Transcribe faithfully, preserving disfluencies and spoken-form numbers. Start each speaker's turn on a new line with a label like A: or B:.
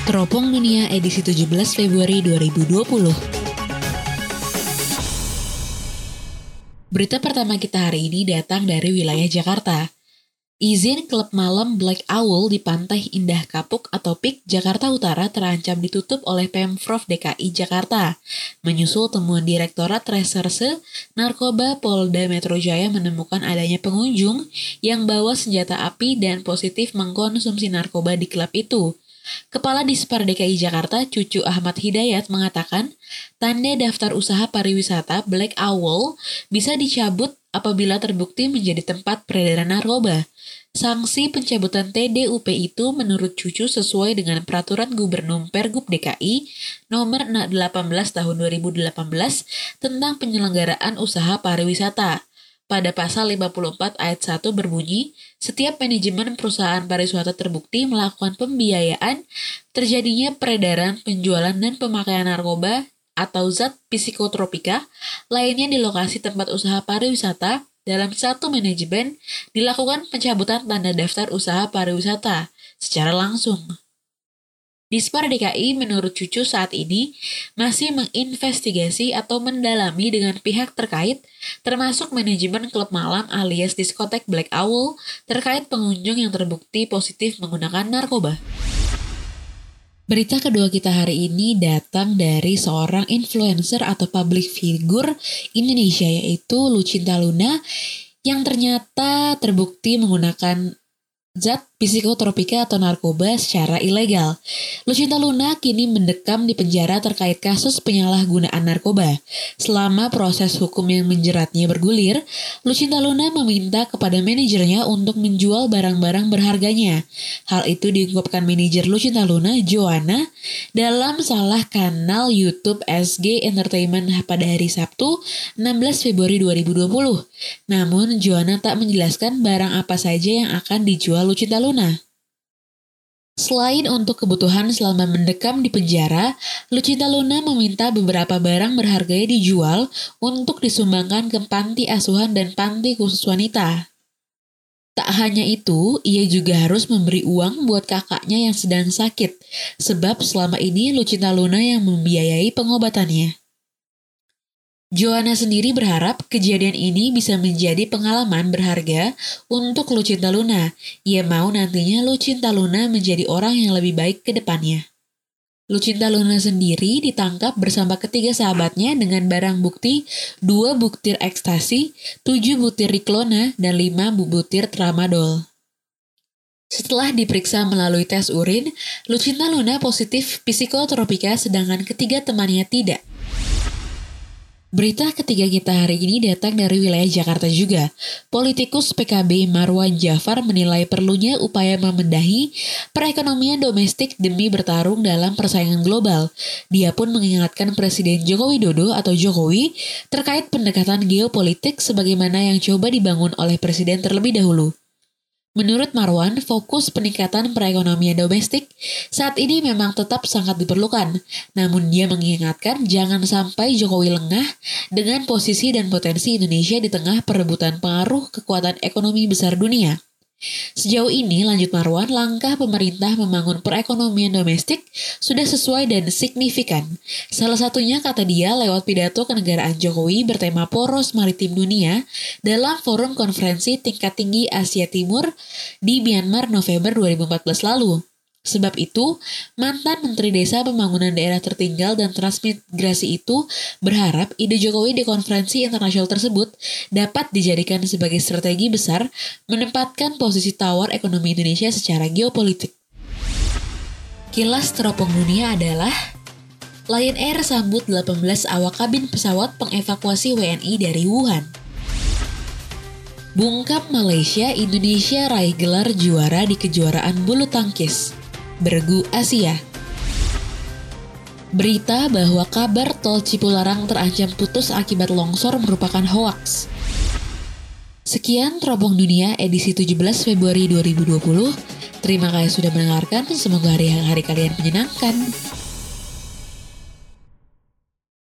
A: Teropong Dunia edisi tujuh belas Februari dua ribu dua puluh. Berita pertama kita hari ini datang dari wilayah Jakarta. Izin klub malam Black Owl di Pantai Indah Kapuk atau P I K Jakarta Utara terancam ditutup oleh Pemprov D K I Jakarta. Menyusul temuan Direktorat Reserse Narkoba Polda Metro Jaya menemukan adanya pengunjung yang bawa senjata api dan positif mengkonsumsi narkoba di klub itu. Kepala Dispar D K I Jakarta, Cucu Ahmad Hidayat mengatakan, tanda daftar usaha pariwisata Black Owl bisa dicabut apabila terbukti menjadi tempat peredaran narkoba. Sanksi pencabutan T D U P itu menurut Cucu sesuai dengan Peraturan Gubernur Pergub D K I nomor delapan belas tahun dua ribu delapan belas tentang penyelenggaraan usaha pariwisata. Pada pasal lima puluh empat ayat satu berbunyi, setiap manajemen perusahaan pariwisata terbukti melakukan pembiayaan terjadinya peredaran, penjualan, dan pemakaian narkoba atau zat psikotropika lainnya di lokasi tempat usaha pariwisata dalam satu manajemen dilakukan pencabutan tanda daftar usaha pariwisata secara langsung. Dispar D K I menurut Cucu saat ini masih menginvestigasi atau mendalami dengan pihak terkait termasuk manajemen klub malam alias diskotek Black Owl terkait pengunjung yang terbukti positif menggunakan narkoba. Berita kedua kita hari ini datang dari seorang influencer atau public figure Indonesia yaitu Lucinta Luna yang ternyata terbukti menggunakan zat psikotropika atau narkoba secara ilegal. Lucinta Luna kini mendekam di penjara terkait kasus penyalahgunaan narkoba. Selama proses hukum yang menjeratnya bergulir, Lucinta Luna meminta kepada manajernya untuk menjual barang-barang berharganya. Hal itu diungkapkan manajer Lucinta Luna, Joanna, dalam salah kanal YouTube S G Entertainment pada hari Sabtu, enam belas Februari dua ribu dua puluh. Namun, Joanna tak menjelaskan barang apa saja yang akan dijual Lucinta Luna. Selain untuk kebutuhan selama mendekam di penjara, Lucinta Luna meminta beberapa barang berharga dijual untuk disumbangkan ke panti asuhan dan panti khusus wanita. Tak hanya itu, ia juga harus memberi uang buat kakaknya yang sedang sakit, sebab selama ini Lucinta Luna yang membiayai pengobatannya. Joanna sendiri berharap kejadian ini bisa menjadi pengalaman berharga untuk Lucinta Luna. Ia mau nantinya Lucinta Luna menjadi orang yang lebih baik ke depannya. Lucinta Luna sendiri ditangkap bersama ketiga sahabatnya dengan barang bukti dua butir ekstasi, tujuh butir Riklona, dan lima butir Tramadol. Setelah diperiksa melalui tes urin, Lucinta Luna positif psikotropika sedangkan ketiga temannya tidak. Berita ketiga kita hari ini datang dari wilayah Jakarta juga. Politikus P K B Marwan Jafar menilai perlunya upaya memendahi perekonomian domestik demi bertarung dalam persaingan global. Dia pun mengingatkan Presiden Joko Widodo atau Jokowi terkait pendekatan geopolitik sebagaimana yang coba dibangun oleh Presiden terlebih dahulu. Menurut Marwan, fokus peningkatan perekonomian domestik saat ini memang tetap sangat diperlukan. Namun dia mengingatkan jangan sampai Jokowi lengah dengan posisi dan potensi Indonesia di tengah perebutan pengaruh kekuatan ekonomi besar dunia. Sejauh ini, lanjut Marwan, langkah pemerintah membangun perekonomian domestik sudah sesuai dan signifikan. Salah satunya, kata dia, lewat pidato kenegaraan Jokowi bertema Poros Maritim Dunia dalam forum konferensi tingkat tinggi Asia Timur di Myanmar November dua ribu empat belas lalu. Sebab itu, mantan Menteri Desa Pembangunan Daerah Tertinggal dan Transmigrasi itu berharap ide Jokowi di konferensi internasional tersebut dapat dijadikan sebagai strategi besar menempatkan posisi tawar ekonomi Indonesia secara geopolitik. Kilas Teropong Dunia adalah Lion Air sambut delapan belas awak kabin pesawat pengevakuasi W N I dari Wuhan. Bungkam Malaysia, Indonesia raih gelar juara di kejuaraan bulu tangkis Bergu Asia. Berita bahwa kabar tol Cipularang terancam putus akibat longsor merupakan hoaks. Sekian Teropong Dunia edisi tujuh belas Februari dua ribu dua puluh. Terima kasih sudah mendengarkan, semoga hari-hari kalian menyenangkan.